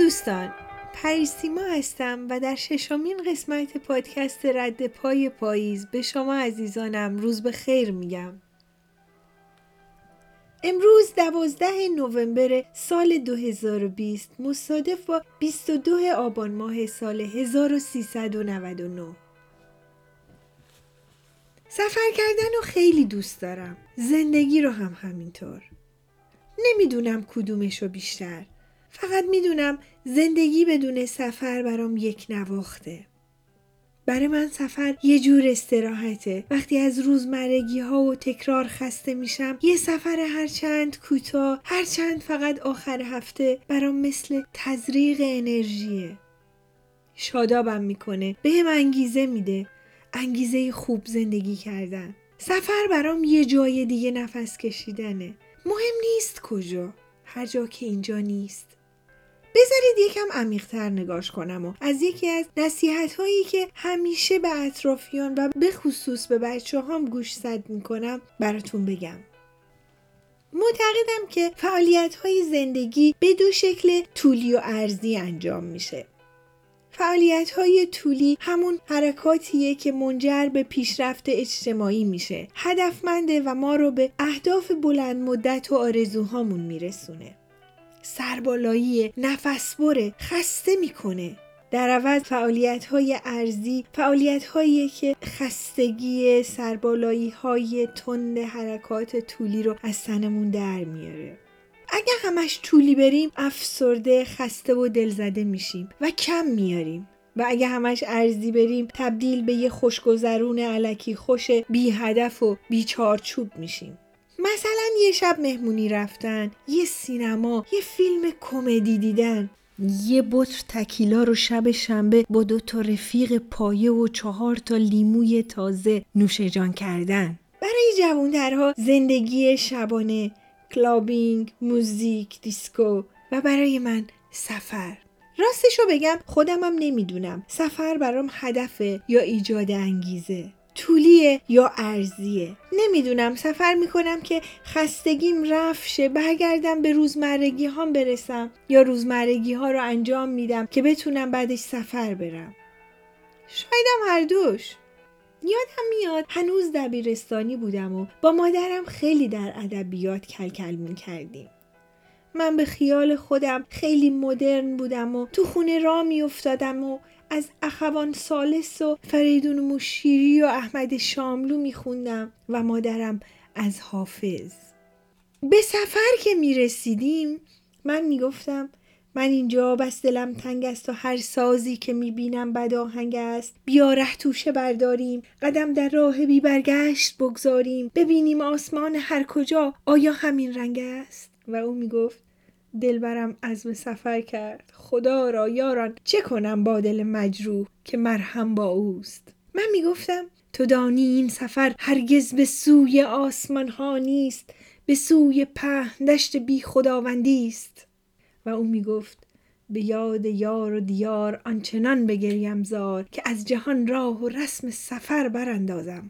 دوستان، پریسیما هستم و در 6مین قسمت پادکست رد پای پاییز به شما عزیزانم روز به خیر میگم. امروز 12 نوامبر سال 2020 مصادف با 22 آبان ماه سال 1399. سفر کردن رو خیلی دوست دارم، زندگی رو هم همینطور. نمیدونم کدومشو بیشتر، فقط میدونم زندگی بدون سفر برام یک نواخته. برای من سفر یه جور استراحته. وقتی از روزمرگی ها و تکرار خسته میشم، یه سفر هرچند کوتاه، هرچند فقط آخر هفته، برام مثل تزریق انرژیه. شادابم میکنه، بهم انگیزه میده، انگیزه خوب زندگی کردن. سفر برام یه جای دیگه نفس کشیدنه. مهم نیست کجا، هر جا که اینجا نیست. بذارید یکم عمیق‌تر نگاش کنم و از یکی از نصیحت‌هایی که همیشه به اطرافیان و به خصوص به بچه‌هام گوشزد می‌کنم براتون بگم. معتقدم که فعالیت‌های زندگی به دو شکل طولی و عرضی انجام میشه. فعالیت‌های طولی همون حرکاتیه که منجر به پیشرفت اجتماعی میشه، هدفمنده و ما رو به اهداف بلند مدت و آرزوهامون میرسونه. سربالایی، نفس بره، خسته میکنه. در عوض فعالیت‌های ارزی، فعالیت‌هایی که خستگی، سربالایی‌های تند حرکات طولی رو از تنمون در میاره. اگه همش طولی بریم، افسرده، خسته و دلزده میشیم و کم میاریم. و اگه همش ارزی بریم، تبدیل به یه خوشگذرون الکی خوش، بی هدف و بی چارچوب میشیم. مثلا یه شب مهمونی رفتن، یه سینما، یه فیلم کمدی دیدن، یه بطر تکیلا رو شب شنبه با 2 رفیق پایه و 4 لیموی تازه نوش جان کردن. برای جوان‌ترها زندگی شبانه، کلابینگ، موزیک، دیسکو و برای من سفر. راستشو بگم خودمم نمیدونم سفر برام هدفه یا ایجاد انگیزه، طولیه یا ارزیه. نمیدونم سفر میکنم که خستگیم رفع شه، برگردم به روزمرگی هام برسم، یا روزمرگی ها رو انجام میدم که بتونم بعدش سفر برم. شایدم هر دوش. یادم میاد هنوز دبیرستانی بودم و با مادرم خیلی در ادبیات کلکل میکردیم. من به خیال خودم خیلی مدرن بودم و تو خونه راه میافتادم و از اخوان ثالث و فریدون مشیری و احمد شاملو میخوندم و مادرم از حافظ. به سفر که میرسیدیم من میگفتم من اینجا بس دلم تنگ است و هر سازی که میبینم بد آهنگ است. بیا ره توشه برداریم، قدم در راه بی برگشت بگذاریم، ببینیم آسمان هر کجا آیا همین رنگ است. و او میگفت دلبرم عزم سفر کرد، خدا را یاران چه کنم با دل مجروح که مرهم با اوست. من میگفتم تو دانی این سفر هرگز به سوی آسمان ها نیست، به سوی پهن دشت بی خداوندی است. و او میگفت به یاد یار و دیار آنچنان بگریم زار که از جهان راه و رسم سفر براندازم.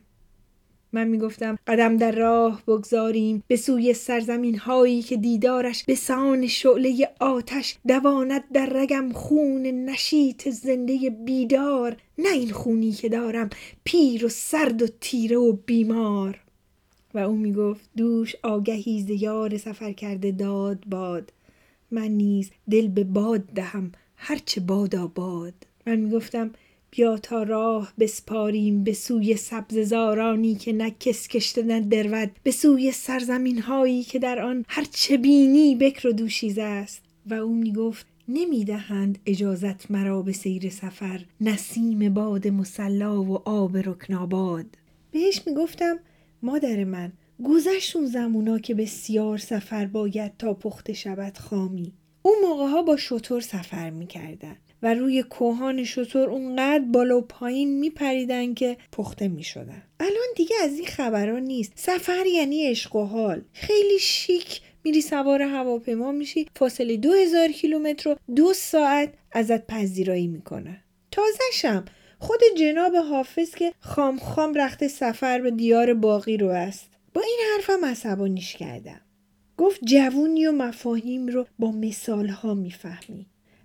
من میگفتم قدم در راه بگذاریم به سوی سرزمین هایی که دیدارش به سان شعله آتش دواند در رگم خون نشیط زنده بیدار، نه این خونی که دارم پیر و سرد و تیره و بیمار. و او میگفت دوش آگهی ز یار سفر کرده داد باد، من نیز دل به باد دهم هرچه بادا باد. من میگفتم بیا تا راه بسپاریم به سوی سبززارانی که نه کس کشته نه درود، به سوی سرزمین هایی که در آن هرچه بینی بکر و دوشیزه است. و او میگفت نمیدهند اجازت مرا به سیر سفر، نسیم باد مسلا و آب رکناباد. بهش میگفتم مادر من گذشت اون زمونا که بسیار سفر باید تا پخته شود خامی. اون موقع ها با شتر سفر میکردن و روی کوهان شتر اونقدر بالا و پایین میپریدن که پخته میشدن. الان دیگه از این خبران نیست. سفر یعنی عشق و حال. خیلی شیک میری سوار هواپیما میشی، فاصله 2000 کیلومتر رو 2 ساعت ازت پذیرایی میکنن. تازه‌شم خود جناب حافظ که خام رخت سفر به دیار باقی رو است. با این حرفم عصبانیش کردم. گفت جوونی و مفاهیم رو با مثال ها میفهمی.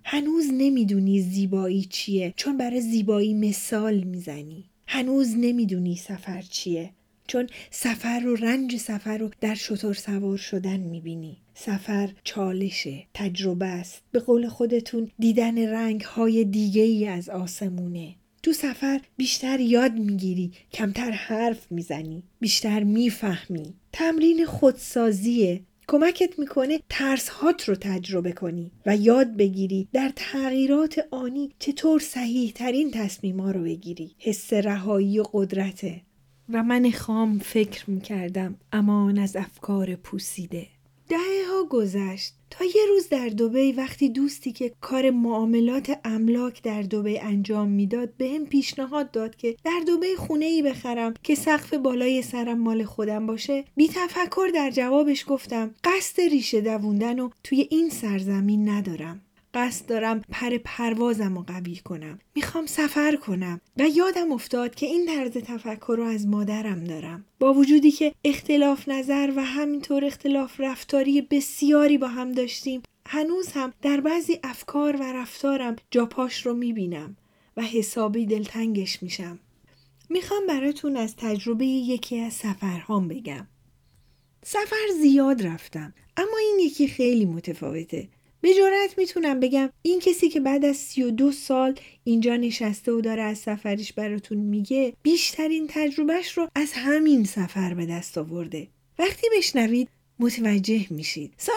هنوز نمیدونی زیبایی چیه چون برای زیبایی مثال میزنی. هنوز نمیدونی سفر چیه چون سفر و رنج سفر رو در شتر سوار شدن میبینی. سفر چالشه، تجربه است. به قول خودتون دیدن رنگ‌های دیگه‌ای از آسمونه. تو سفر بیشتر یاد میگیری، کمتر حرف میزنی، بیشتر میفهمی. تمرین خودسازیه. کمکت میکنه ترس‌هات رو تجربه کنی و یاد بگیری در تغییرات آنی چطور صحیح ترین تصمیم‌ها رو بگیری. حس رهایی و قدرته. و من خام فکر میکردم امان از افکار پوسیده. دهه‌ها گذشت تا یه روز در دبی وقتی دوستی که کار معاملات املاک در دبی انجام میداد بهم پیشنهاد داد که در دبی خونه‌ای بخرم که سقف بالای سرم مال خودم باشه، بی تفکر در جوابش گفتم قصد ریشه دووندن رو توی این سرزمین ندارم. قصد دارم پروازم رو قوی کنم. میخوام سفر کنم. و یادم افتاد که این طرز تفکر رو از مادرم دارم. با وجودی که اختلاف نظر و همینطور اختلاف رفتاری بسیاری با هم داشتیم، هنوز هم در بعضی افکار و رفتارم جاپاش رو میبینم و حسابی دلتنگش میشم. میخوام براتون از تجربه یکی از سفرهام بگم. سفر زیاد رفتم، اما این یکی خیلی متفاوته. به جرئت میتونم بگم این کسی که بعد از 32 سال اینجا نشسته و داره از سفرش براتون میگه بیشترین تجربهش رو از همین سفر به دست آورده. وقتی بشنوید متوجه میشید. سال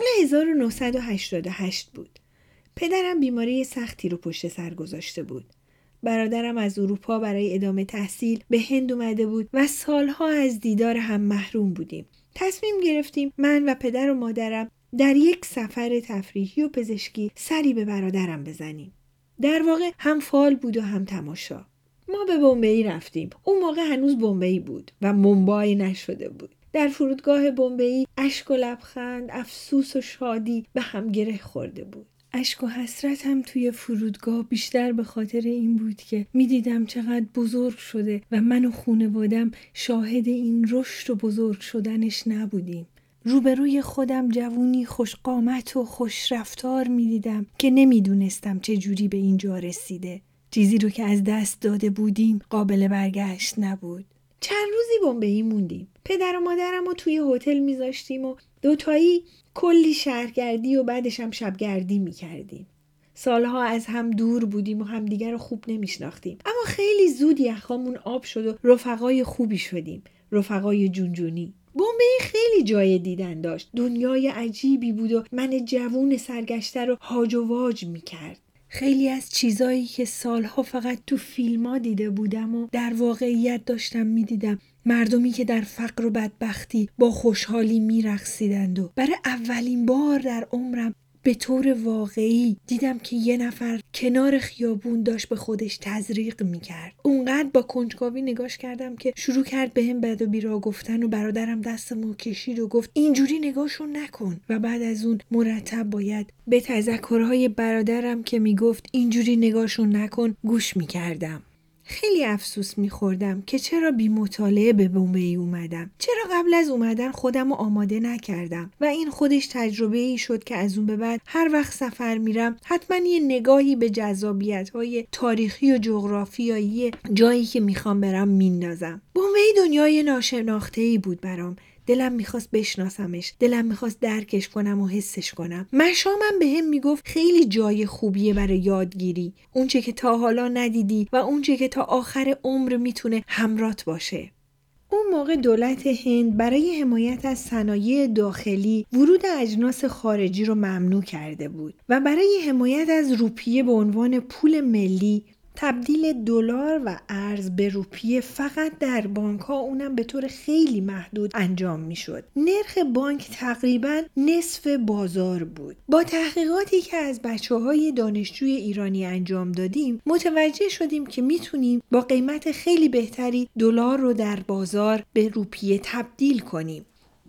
1988 بود. پدرم بیماری سختی رو پشت سر گذاشته بود. برادرم از اروپا برای ادامه تحصیل به هند اومده بود و سالها از دیدار هم محروم بودیم. تصمیم گرفتیم من و پدر و مادرم در یک سفر تفریحی و پزشکی سری به برادرم بزنیم. در واقع هم فال بود و هم تماشا. ما به بمبئی رفتیم. اون موقع هنوز بمبئی بود و مومبای نشده بود. در فرودگاه بمبئی اشک و لبخند، افسوس و شادی به هم گره خورده بود. اشک و حسرت هم توی فرودگاه بیشتر به خاطر این بود که میدیدم چقدر بزرگ شده و من و خانوادم شاهد این رشد و بزرگ شدنش نبودیم. روبروی خودم جوونی خوشقامت و خوش رفتار میدیدم که نمیدونستم چه جوری به اینجا رسیده. چیزی رو که از دست داده بودیم قابل برگشت نبود. چند روزی بمبئی موندیم. پدر و مادرم رو توی هتل میذاشتیم و دوتایی کلی شهرگردی و بعدش هم شبگردی میکردیم. سالها از هم دور بودیم و همدیگر رو خوب نمیشناختیم. اما خیلی زود یخامون آب شد و رفقای خوبی شدیم. رفقای جونجونی. بمبئی خیلی جای دیدن داشت. دنیای عجیبی بود و من جوون سرگشته رو هاج و واج میکرد. خیلی از چیزایی که سالها فقط تو فیلم‌ها دیده بودم و در واقعیت داشتم میدیدم. مردمی که در فقر و بدبختی با خوشحالی میرقصیدند و برای اولین بار در عمرم به طور واقعی دیدم که یه نفر کنار خیابون داشت به خودش تزریق میکرد. اونقدر با کنجکاوی نگاش کردم که شروع کرد بهم بد و بیرا گفتن و برادرم دستمو کشید و گفت اینجوری نگاشون نکن. و بعد از اون مرتب باید به تذکرهای برادرم که میگفت اینجوری نگاشون نکن گوش میکردم. خیلی افسوس میخوردم که چرا بی مطالعه به بمبئی اومدم. چرا قبل از اومدن خودم رو آماده نکردم. و این خودش تجربه ای شد که از اون به بعد هر وقت سفر میرم حتما یه نگاهی به جذابیت‌های تاریخی و جغرافیایی جایی که میخوام برم میندازم. بمبئی دنیای ناشناخته‌ای بود برام. دلم میخواست بشناسمش، دلم میخواست درکش کنم و حسش کنم. مشامم به هم میگفت خیلی جای خوبیه برای یادگیری، اونچه که تا حالا ندیدی و اونچه که تا آخر عمر میتونه همرات باشه. اون موقع دولت هند برای حمایت از صنایع داخلی ورود اجناس خارجی رو ممنوع کرده بود و برای حمایت از روپیه به عنوان پول ملی تبدیل دلار و ارز به روپیه فقط در بانک‌ها اونم به طور خیلی محدود انجام می‌شد. نرخ بانک تقریباً نصف بازار بود. با تحقیقاتی که از بچه‌های دانشجوی ایرانی انجام دادیم متوجه شدیم که میتونیم با قیمت خیلی بهتری دلار رو در بازار به روپیه تبدیل کنیم.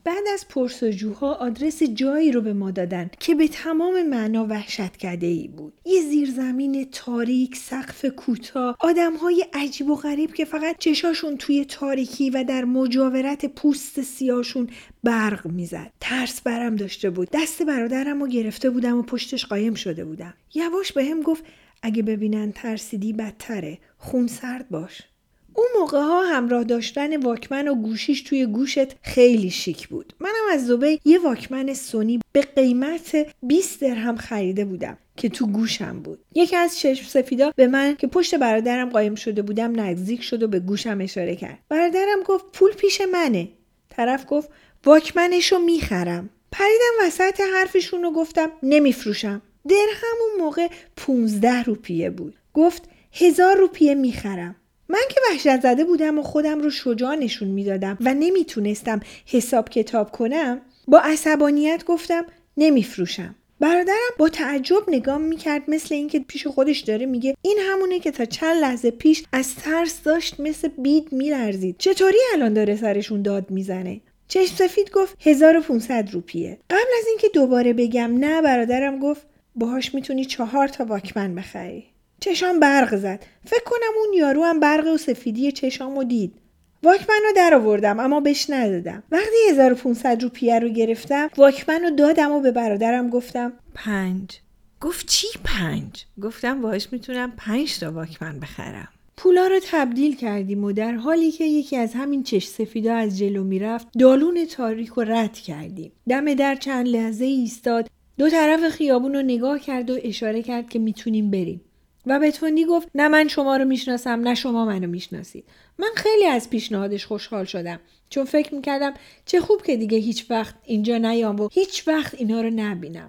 بعد از پرسجوها آدرس جایی رو به ما دادن که به تمام معنا وحشت‌کده‌ای بود. یه زیرزمین تاریک، سقف کوتاه، آدم‌های عجیب و غریب که فقط چشاشون توی تاریکی و در مجاورت پوست سیاهشون برق میزد. ترس برم داشته بود. دست برادرم رو گرفته بودم و پشتش قایم شده بودم. یواش بهم گفت اگه ببینن ترسیدی بدتره. خونسرد باش. اون موقع ها همراه داشتن واکمن و گوشیش توی گوشت خیلی شیک بود. منم از دبی یه واکمن سونی به قیمت 20 درهم خریده بودم که تو گوشم بود. یکی از چشم سفیدا به من که پشت برادرم قایم شده بودم نزدیک شد و به گوشم اشاره کرد. برادرم گفت پول پیش منه. طرف گفت واکمنشو میخرم. پریدم وسط حرفشون و گفتم نمیفروشم. درهم اون موقع 15 روپیه بود. گفت 1000 روپیه میخرم. من که وحشت زده بودم و خودم رو شجاع نشون میدادم و نمیتونستم حساب کتاب کنم، با عصبانیت گفتم نمیفروشم. برادرم با تعجب نگام میکرد مثل اینکه پیش خودش داره میگه این همونه که تا چند لحظه پیش از ترس داشت مثل بید میلرزید. چطوری الان داره سرشون داد میزنه؟ چشم سفید گفت 1500 روپیه. قبل از اینکه دوباره بگم نه، برادرم گفت باهاش میتونی 4 تا واکمن بخری. چشام برق زد. فکر کنم اون یارو هم برق و سفیدی چشامو دید. واکمن رو در آوردم اما بهش ندادم. وقتی 1500 روپیه رو گرفتم واکمن رو دادم و به برادرم گفتم 5. گفت چی 5؟ گفتم باهاش میتونم 5 تا واکمن بخرم. پولا رو تبدیل کردیم و در حالی که یکی از همین چش سفیدا از جلو میرفت دالون تاریک رو رد کردیم. دم در چند لحظه ایستاد، دو طرف خیابون رو نگاه کرد و اشاره کرد که میتونیم بریم. و به تندی گفت نه من شما رو میشناسم نه شما منو میشناسید. من خیلی از پیشنهادش خوشحال شدم چون فکر میکردم چه خوب که دیگه هیچ وقت اینجا نیام و هیچ وقت اینا رو نبینم.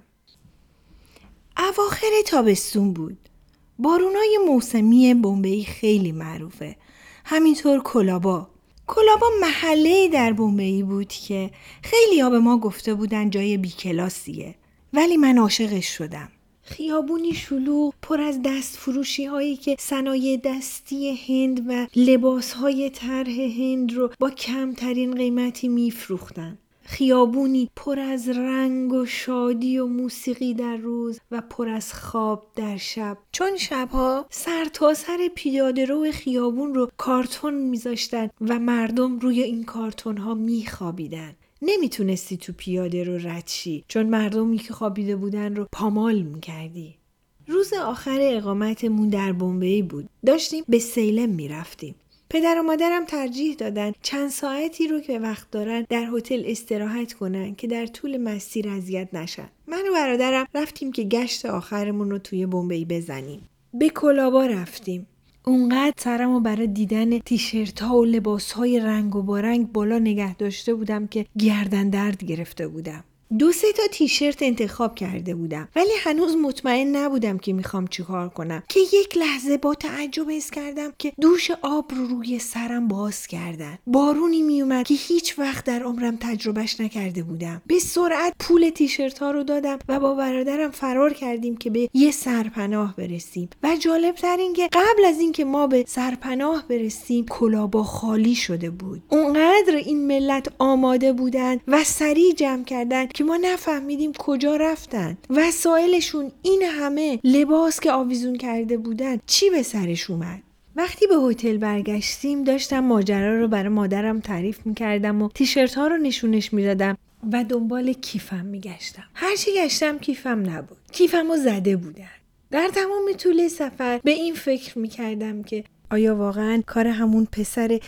اواخر تابستون بود. بارونای موسمی بمبئی خیلی معروفه. همینطور کلابا. کلابا محله‌ای در بمبئی بود که خیلی ها به ما گفته بودن جای بیکلاسیه. ولی من عاشقش شدم. خیابونی شلوغ پر از دست فروشی هایی که صنایع دستی هند و لباس های طرح هند رو با کمترین قیمتی میفروختن. خیابونی پر از رنگ و شادی و موسیقی در روز و پر از خواب در شب. چون شبها سر تا سر پیاده رو خیابون رو کارتون میذاشتن و مردم روی این کارتون ها میخوابیدن. نمیتونستی تو پیاده رو رد شی چون مردمی که خوابیده بودن رو پامال میکردی. روز آخر اقامتمون در بمبئی بود. داشتیم به سیلم میرفتیم. پدر و مادرم ترجیح دادن چند ساعتی رو که وقت دارن در هتل استراحت کنن که در طول مسیر اذیت نشن. من و برادرم رفتیم که گشت آخرمون رو توی بمبئی بزنیم. به کلابا رفتیم. اونقدر سرمو برای دیدن تیشرت‌ها و لباس‌های رنگ و بارنگ بالا نگه داشته بودم که گردن درد گرفته بودم. 2-3 تا تیشرت انتخاب کرده بودم ولی هنوز مطمئن نبودم که میخوام چیکار کنم که یک لحظه با تعجب حس کردم که دوش آب رو روی سرم باز کردن. بارونی میومد که هیچ وقت در عمرم تجربهش نکرده بودم. به سرعت پول تیشرت ها رو دادم و با برادرم فرار کردیم که به یه سرپناه برسیم. و جالبتر این که قبل از این که ما به سرپناه برسیم کلابا خالی شده بود. اونقدر این ملت آماده بودن و سریع جمع کردن که ما نفهمیدیم کجا رفتن. وسایلشون این همه لباس که آویزون کرده بودن چی به سرش اومد؟ وقتی به هتل برگشتیم داشتم ماجرا رو برای مادرم تعریف میکردم و تیشرت ها رو نشونش میدادم و دنبال کیفم میگشتم. هرچی گشتم کیفم نبود. کیفم رو زده بودن. در تمام طول سفر به این فکر میکردم که آیا واقعا کار همون پسر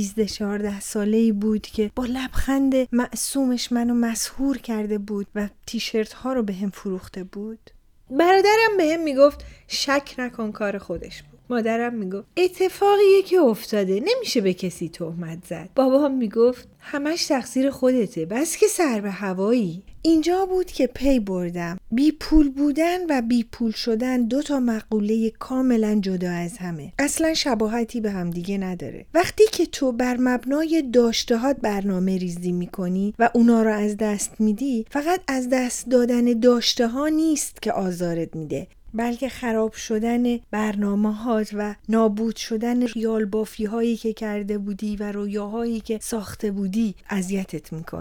13-14 ساله‌ای بود که با لبخند معصومش منو مسحور کرده بود و تیشرت ها رو بهم فروخته بود؟ برادرم بهم میگفت شک نکن کار خودش بود. مادرم میگفت اتفاقیه که افتاده نمیشه به کسی تهمت زد. بابام میگفت همش تقصیر خودته بس که سر به هوایی. اینجا بود که پی بردم بی پول بودن و بی پول شدن 2 تا مقوله کاملا جدا از همه. اصلا شباهتی به هم دیگه نداره. وقتی که تو بر مبنای داشتهات برنامه ریزی میکنی و اونا رو از دست میدی، فقط از دست دادن داشته ها نیست که آزارت میده، بلکه خراب شدن برنامه‌هات و نابود شدن خیال بافی هایی که کرده بودی و رویاهایی که ساخته بودی اذیتت میکنه.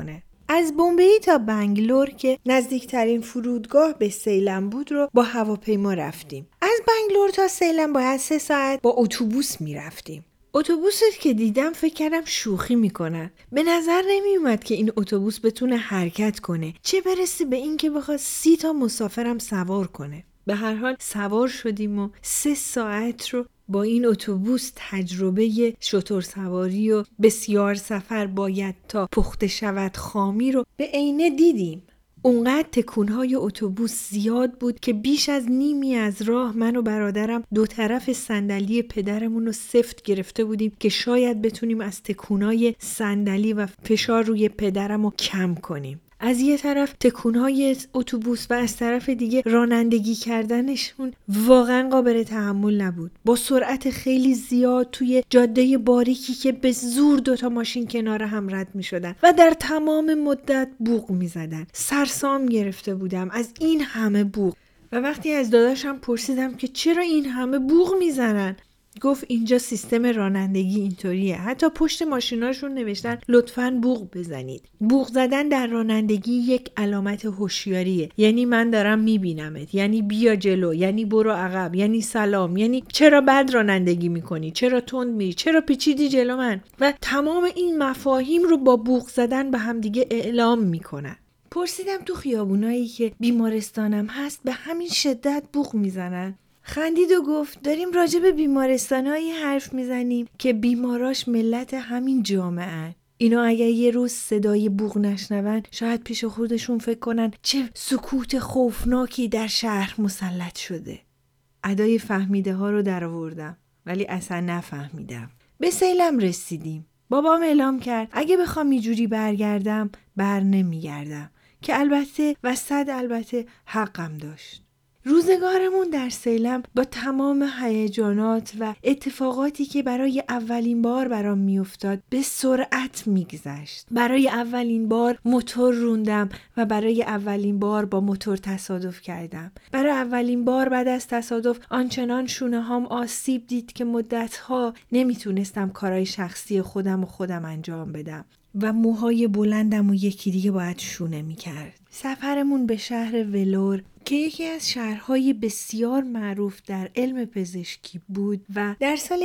از بمبئی تا بنگلور که نزدیکترین فرودگاه به سیلم بود رو با هواپیما رفتیم. از بنگلور تا سیلم باید 3 ساعت با اتوبوس میرفتیم. اتوبوسی که دیدم فکر کردم شوخی میکنن. به نظر نمیومد که این اتوبوس بتونه حرکت کنه، چه برسه به این که بخواد 30 تا مسافرم سوار کنه. به هر حال سوار شدیم و 3 ساعت رو با این اتوبوس تجربه شتر سواری و بسیار سفر باید تا پخته شود خامی رو به عینه دیدیم. اونقدر تکونهای اتوبوس زیاد بود که بیش از نیمی از راه من و برادرم 2 طرف صندلی پدرمون رو سفت گرفته بودیم که شاید بتونیم از تکونهای صندلی و فشار روی پدرم رو کم کنیم. از یه طرف تکونهای اتوبوس و از طرف دیگه رانندگی کردنشون واقعا قابل تحمل نبود. با سرعت خیلی زیاد توی جاده باریکی که به زور 2 تا ماشین کنار هم رد می شدن و در تمام مدت بوق می زدن. سرسام گرفته بودم از این همه بوق و وقتی از داداشم پرسیدم که چرا این همه بوق می زنن، گفت اینجا سیستم رانندگی اینطوریه، حتی پشت ماشیناشون نوشتن لطفاً بوق بزنید. بوق زدن در رانندگی یک علامت هوشیاریه، یعنی من دارم میبینمت، یعنی بیا جلو، یعنی برو عقب، یعنی سلام، یعنی چرا بد رانندگی میکنی، چرا تند میری، چرا پیچیدی جلو من، و تمام این مفاهیم رو با بوق زدن به هم دیگه اعلام میکنن. پرسیدم تو خیابونایی که بیمارستانم هست به همین شدت بوق میزنن؟ خندید و گفت داریم راجع به بیمارستانایی حرف میزنیم که بیماراش ملت همین جامعه. اینا اگر یه روز صدای بوق نشنون شاید پیش خودشون فکر کنن چه سکوت خوفناکی در شهر مسلط شده. ادای فهمیده ها رو در آوردم ولی اصلا نفهمیدم. به سیلم رسیدیم. بابام اعلام کرد اگه بخوام اینجوری برگردم بر نمیگردم، که البته و صد البته حقم داشت. روزگارمون در سیلم با تمام هیجانات و اتفاقاتی که برای اولین بار برام میافتاد به سرعت میگذشت. برای اولین بار موتور روندم و برای اولین بار با موتور تصادف کردم. برای اولین بار بعد از تصادف آنچنان شونه هام آسیب دید که مدتها نمیتونستم کارهای شخصی خودم انجام بدم و موهای بلندم و یکی دیگه باید شونه میکرد. سفرمون به شهر ولور که یکی از شهرهای بسیار معروف در علم پزشکی بود و در سال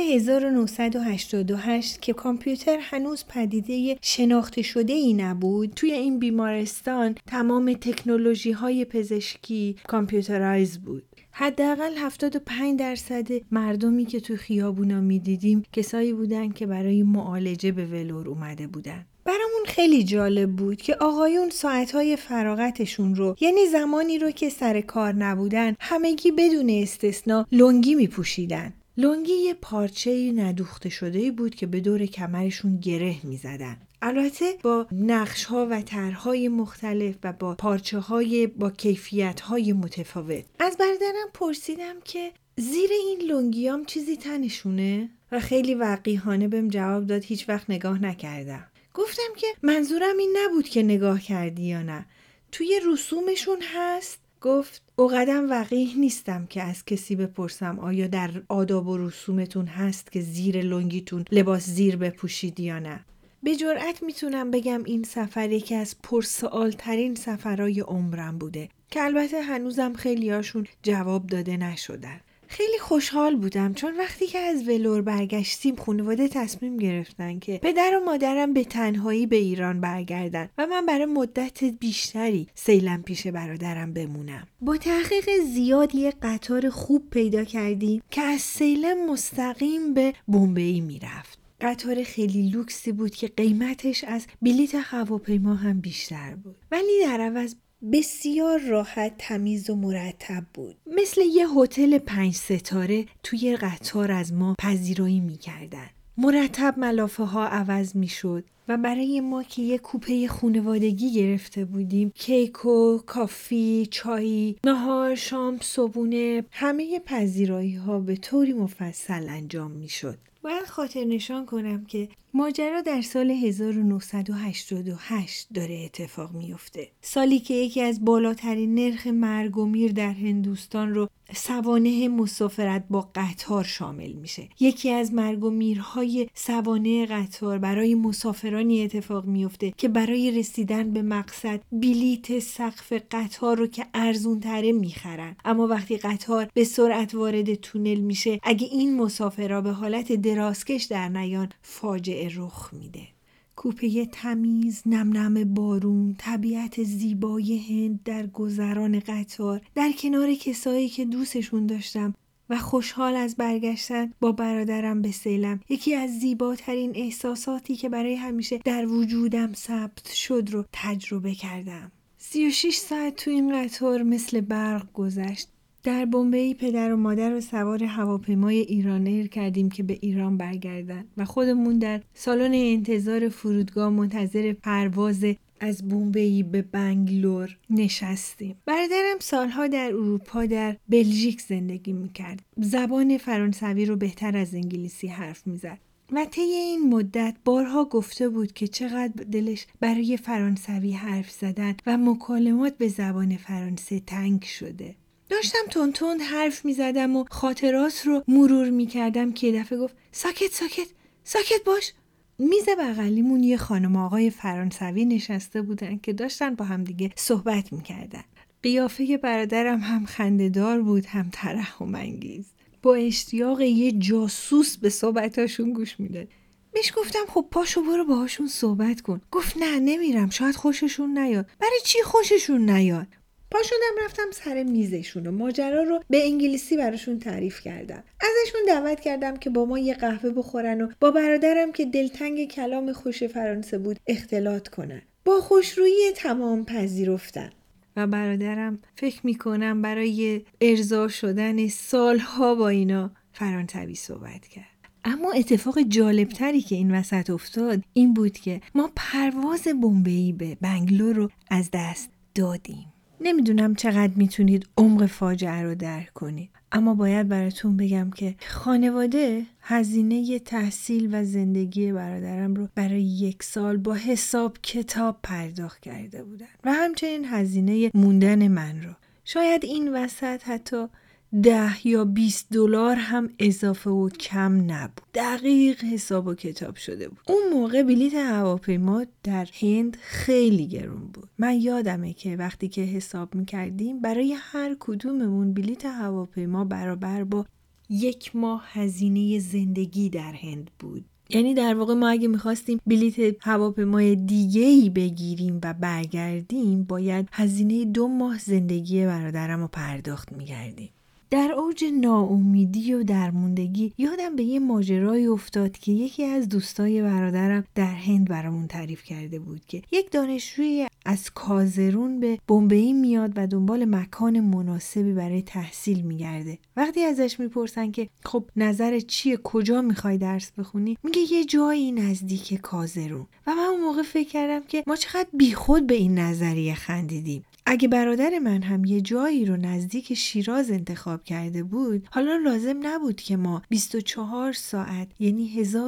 1988 که کامپیوتر هنوز پدیده شناخته شده ای نبود، توی این بیمارستان تمام تکنولوژی های پزشکی کامپیوترایز بود. حداقل 75% مردمی که تو خیابونا میدیدیم کسایی بودن که برای معالجه به ولور اومده بودن. برامون خیلی جالب بود که آقایون ساعتهای فراغتشون رو، یعنی زمانی رو که سر کار نبودن، همگی بدون استثنا لنگی میپوشیدن. لنگی یه پارچه ندوخته شده‌ای بود که به دور کمرشون گره میزدن. البته با نقش‌ها و طرح‌های مختلف و با پارچه‌های با کیفیت‌های متفاوت. از برادرم پرسیدم که زیر این لنگیام چیزی تنشونه؟ و خیلی وقیحانه بهم جواب داد هیچ وقت نگاه نکردم. گفتم که منظورم این نبود که نگاه کردی یا نه. توی رسومشون هست؟ گفت اوقدم وقیح نیستم که از کسی بپرسم آیا در آداب و رسومتون هست که زیر لنگیتون لباس زیر بپوشید یا نه. به جرئت میتونم بگم این سفر یکی از پرسوال ترین سفرهای عمرم بوده که البته هنوزم خیلی هاشون جواب داده نشدن. خیلی خوشحال بودم چون وقتی که از ولور برگشتیم خانواده تصمیم گرفتن که پدر و مادرم به تنهایی به ایران برگردن و من برای مدت بیشتری سیلم پیش برادرم بمونم. با تحقیق زیاد یه قطار خوب پیدا کردیم که از سیلم مستقیم به بمبئی میرفت. قطار خیلی لوکسی بود که قیمتش از بلیت هواپیما هم بیشتر بود، ولی در عوض بسیار راحت، تمیز و مرتب بود. مثل یه هتل 5 ستاره توی قطار از ما پذیرایی می‌کردن. مرتب ملافه ها عوض می‌شد و برای ما که یه کوپه خانوادگی گرفته بودیم، کیک و کافی، چای، نهار، شام، صبحونه، همه پذیرایی ها به طوری مفصل انجام می‌شد. باید خاطر نشان کنم که ماجرا در سال 1988 داره اتفاق میفته. سالی که یکی از بالاترین نرخ مرگ و میر در هندوستان رو سوانح مسافرت با قطار شامل میشه. یکی از مرگ و میرهای سوانح قطار برای مسافرانی اتفاق میفته که برای رسیدن به مقصد بلیت سقف قطار رو که ارزون تره میخرن، اما وقتی قطار به سرعت وارد تونل میشه، اگه این مسافرها به حالت درازکش در نیان، فاجعه رخ میده. کوپه تمیز، نمنم بارون، طبیعت زیبای هند در گذران قطار، در کنار کسایی که دوستشون داشتم و خوشحال از برگشتن با برادرم به سیلم، یکی از زیباترین احساساتی که برای همیشه در وجودم ثبت شد رو تجربه کردم. 36 ساعت تو این قطار مثل برق گذشت. در بمبئی پدر و مادر رو سوار هواپیمای ایران ایر کردیم که به ایران برگردن و خودمون در سالن انتظار فرودگاه منتظر پرواز از بمبئی به بنگلور نشستیم. برادرم سالها در اروپا در بلژیک زندگی میکرد. زبان فرانسوی رو بهتر از انگلیسی حرف میزد و طی این مدت بارها گفته بود که چقدر دلش برای فرانسوی حرف زدن و مکالمات به زبان فرانسه تنگ شده. داشتم تند حرف می زدم و خاطرات رو مرور می کردم که یه دفعه گفت ساکت باش. میز بغلیمون یه خانم آقای فرانسوی نشسته بودن که داشتن با هم دیگه صحبت می کردن. قیافه برادرم هم خنده‌دار بود هم ترحم‌انگیز. با اشتیاق یه جاسوس به صحبتاشون گوش میداد. بهش گفتم خب پاشو برو باهاشون صحبت کن. گفت نه نمیرم، شاید خوششون نیاد. برای چی خوششون نیاد؟ پاشدم رفتم سر میزشون و ماجرا رو به انگلیسی براشون تعریف کردم. ازشون دعوت کردم که با ما یه قهوه بخورن و با برادرم که دلتنگ کلام خوش فرانسه بود اختلاط کنن. با خوشرویی تمام پذیرفتن. و برادرم فکر میکنم برای ارضا شدن سالها با اینا فرانسوی صحبت کرد. اما اتفاق جالبتری که این وسط افتاد این بود که ما پرواز بمبئی به بنگلور رو از دست دادیم. نمیدونم چقدر میتونید عمق فاجعه رو درک کنید، اما باید براتون بگم که خانواده هزینه تحصیل و زندگی برادرم رو برای 1 سال با حساب کتاب پرداخت کرده بودن و همچنین هزینه موندن من رو. شاید این وسط حتی 10 یا 20 دلار هم اضافه و کم نبود. دقیق حساب و کتاب شده بود. اون موقع بلیت هواپیما در هند خیلی گرون بود. من یادمه که وقتی که حساب میکردیم برای هر کدوممون بلیت هواپیما برابر با 1 ماه هزینه زندگی در هند بود. یعنی در واقع ما اگه میخواستیم بلیت هواپیمای دیگه‌ای بگیریم و برگردیم باید هزینه 2 ماه زندگی برادرم رو پرداخت میکردیم. در اوج ناامیدی و درموندگی یادم به یه ماجرای افتاد که یکی از دوستای برادرم در هند برامون تعریف کرده بود که یک دانشجوی از کازرون به بمبئی میاد و دنبال مکان مناسبی برای تحصیل میگرده. وقتی ازش میپرسن که خب نظرت چیه، کجا میخوای درس بخونی، میگه یه جایی نزدیک کازرون. و من اون موقع فکر کردم که ما چقدر بیخود به این نظریه خندیدیم. اگه برادر من هم یه جایی رو نزدیک شیراز انتخاب کرده بود، حالا لازم نبود که ما 24 ساعت یعنی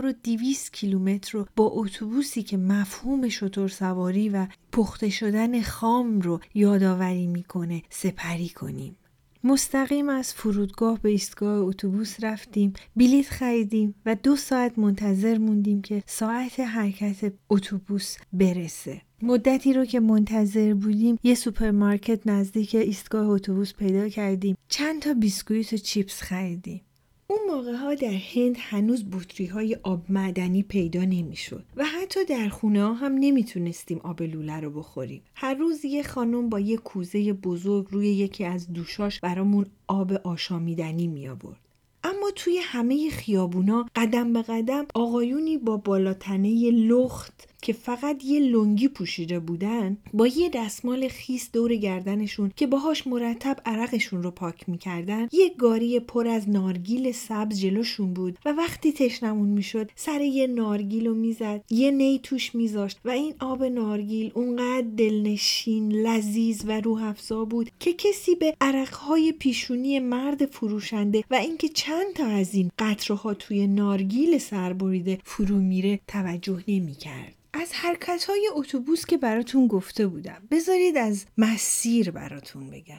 1200 کیلومتر رو با اتوبوسی که مفهوم شتر سواری و پخته شدن خام رو یادآوری میکنه سپری کنیم. مستقیم از فرودگاه به ایستگاه اتوبوس رفتیم، بلیط خریدیم و 2 ساعت منتظر موندیم که ساعت حرکت اتوبوس برسه. مدتی رو که منتظر بودیم یه سوپرمارکت نزدیک ایستگاه اتوبوس پیدا کردیم. چند تا بیسکویت و چیپس خریدیم. اون موقع ها در هند هنوز بطری های آب معدنی پیدا نمی شد و حتی در خونه ها هم نمی تونستیم آب لوله رو بخوریم. هر روز یه خانم با یه کوزه بزرگ روی یکی از دوشاش برامون آب آشامیدنی می آورد. اما توی همه خیابونا قدم به قدم آقایونی با بالاتنه لخت که فقط یه لنگی پوشیده بودن با یه دستمال خیس دور گردنشون که باهاش مرتب عرقشون رو پاک میکردن، یه گاری پر از نارگیل سبز جلوشون بود و وقتی تشنمون میشد سر یه نارگیل رو میزد، یه نی توش میذاشت و این آب نارگیل اونقدر دلنشین، لذیذ و روح افزا بود که کسی به عرقهای پیشونی مرد فروشنده و اینکه چند تا از این قطره‌ها توی نارگیل سربریده فرو میره توجه نمی‌کرد. از حرکت‌های اتوبوس که براتون گفته بودم، بذارید از مسیر براتون بگم.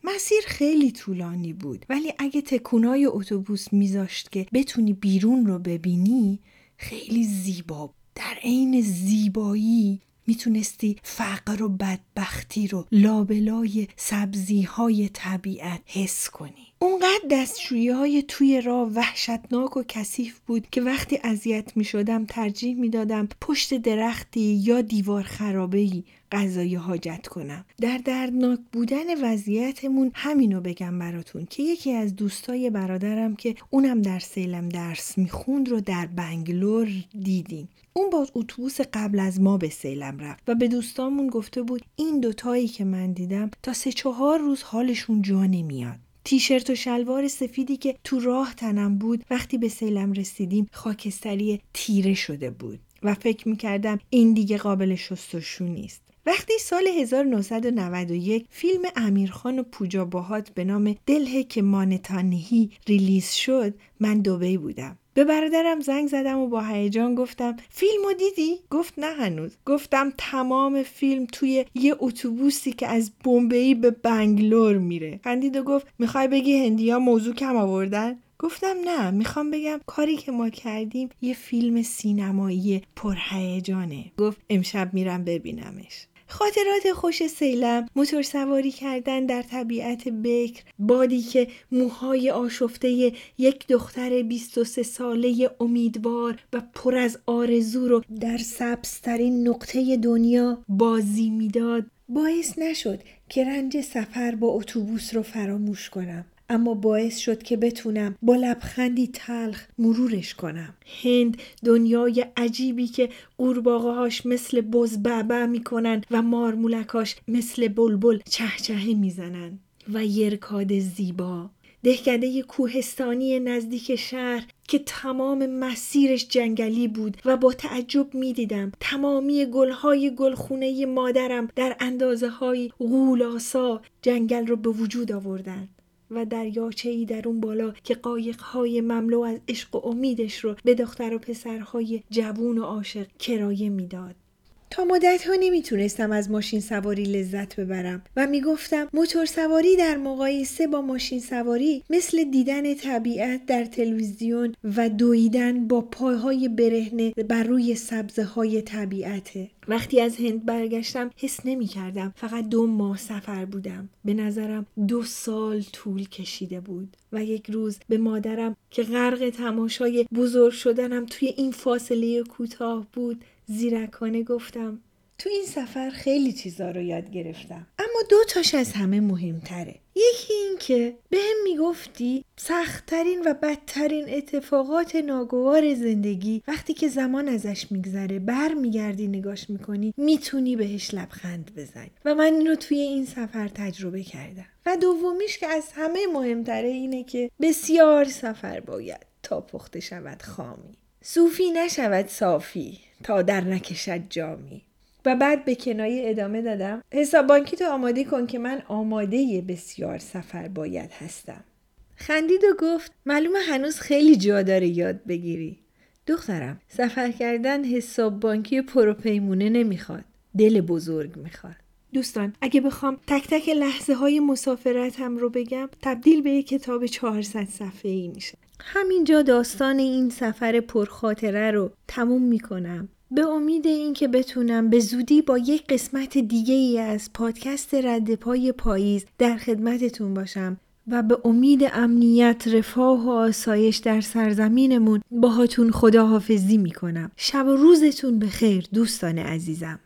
مسیر خیلی طولانی بود، ولی اگه تکونای اتوبوس میذاشت که بتونی بیرون رو ببینی خیلی زیبا بود. در عین زیبایی میتونستی فقر و بدبختی رو لابلای سبزی‌های طبیعت حس کنی. اونقدر دستشویی‌های توی راه وحشتناک و کثیف بود که وقتی اذیت میشدم ترجیح میدادم پشت درختی یا دیوار خرابه‌ای غذای حاجت کنم. در دردناک بودن وضعیتمون همینو بگم براتون که یکی از دوستای برادرم که اونم در سیلم درس میخوند رو در بنگلور دیدیم. اون با اتوبوس قبل از ما به سیلم رفت و به دوستامون گفته بود این دوتایی که من دیدم تا 3-4 روز حالشون جا نمیاد. تیشرت و شلوار سفیدی که تو راه تنم بود وقتی به سیلم رسیدیم خاکستری تیره شده بود و فکر میکردم این دیگه قابل شستشو نیست. وقتی سال 1991 فیلم امیرخان و پوجا باهات به نام دل که مانتانهی ریلیز شد من دبی بودم. به برادرم زنگ زدم و با هیجان گفتم فیلمو دیدی؟ گفت نه هنوز. گفتم تمام فیلم توی یه اتوبوسی که از بمبئی به بنگلور میره. خندید و گفت میخوای بگی هندی‌ها موضوع کم آوردن؟ گفتم نه، میخوام بگم کاری که ما کردیم یه فیلم سینمایی پرهیجانه. گفت امشب میرم ببینمش. خاطرات خوش سیلم، موتور سواری کردن در طبیعت بکر، بادی که موهای آشفته یک دختر 23 ساله امیدوار و پر از آرزو رو در سبزترین نقطه دنیا بازی میداد، باعث نشد که رنج سفر با اتوبوس رو فراموش کنم. اما باعث شد که بتونم با لبخندی تلخ مرورش کنم. هند دنیای عجیبی که قورباغه‌هاش مثل بز بعبع میکنن و مارمولکاش مثل بلبل چهچهه میزنن و یرکاد زیبا. دهکده کوهستانی نزدیک شهر که تمام مسیرش جنگلی بود و با تعجب میدیدم تمامی گلهای گلخونه مادرم در اندازه‌های غول‌آسا جنگل رو به وجود آوردن و دریاچه‌ای در اون بالا که قایق‌های مملو از عشق و امیدش رو به دختر و پسرهای جوون و عاشق کرایه میداد. تا مدت‌ها نمیتونستم از ماشین سواری لذت ببرم و میگفتم موتور سواری در مقایسه با ماشین سواری مثل دیدن طبیعت در تلویزیون و دویدن با پاهای برهنه بر روی سبزه‌های طبیعته. وقتی از هند برگشتم حس نمی‌کردم فقط 2 ماه سفر بودم. به نظرم 2 سال طول کشیده بود و یک روز به مادرم که غرق تماشای بزرگ شدنم توی این فاصله کوتاه بود زیرکانه گفتم تو این سفر خیلی چیزا رو یاد گرفتم، اما 2 تاش از همه مهمتره. یکی این که بهم میگفتی سخت‌ترین و بدترین اتفاقات ناگوار زندگی وقتی که زمان ازش میگذره برمیگردی نگاش میکنی میتونی بهش لبخند بزنی و من اینو توی این سفر تجربه کردم. و دومیش که از همه مهمتره اینه که بسیار سفر باید تا پخته شود خامی، صوفی نشود صافی تا در نکشد جامی. و بعد به کنایه ادامه دادم حساب بانکی تو آماده کن که من آماده بسیار سفر باید هستم. خندید و گفت معلومه هنوز خیلی جا داره یاد بگیری. دخترم سفر کردن حساب بانکی پروپیمونه نمیخواد، دل بزرگ میخواد. دوستان اگه بخوام تک تک لحظه های مسافرتم رو بگم تبدیل به یک کتاب 400 صفحه‌ای میشه. همینجا داستان این سفر پرخاطره رو تموم میکنم به امید این که بتونم به زودی با یک قسمت دیگه ای از پادکست رد پای پاییز در خدمتتون باشم و به امید امنیت، رفاه و آسایش در سرزمینمون باهاتون خداحافظی میکنم. شب و روزتون بخیر دوستان عزیزم.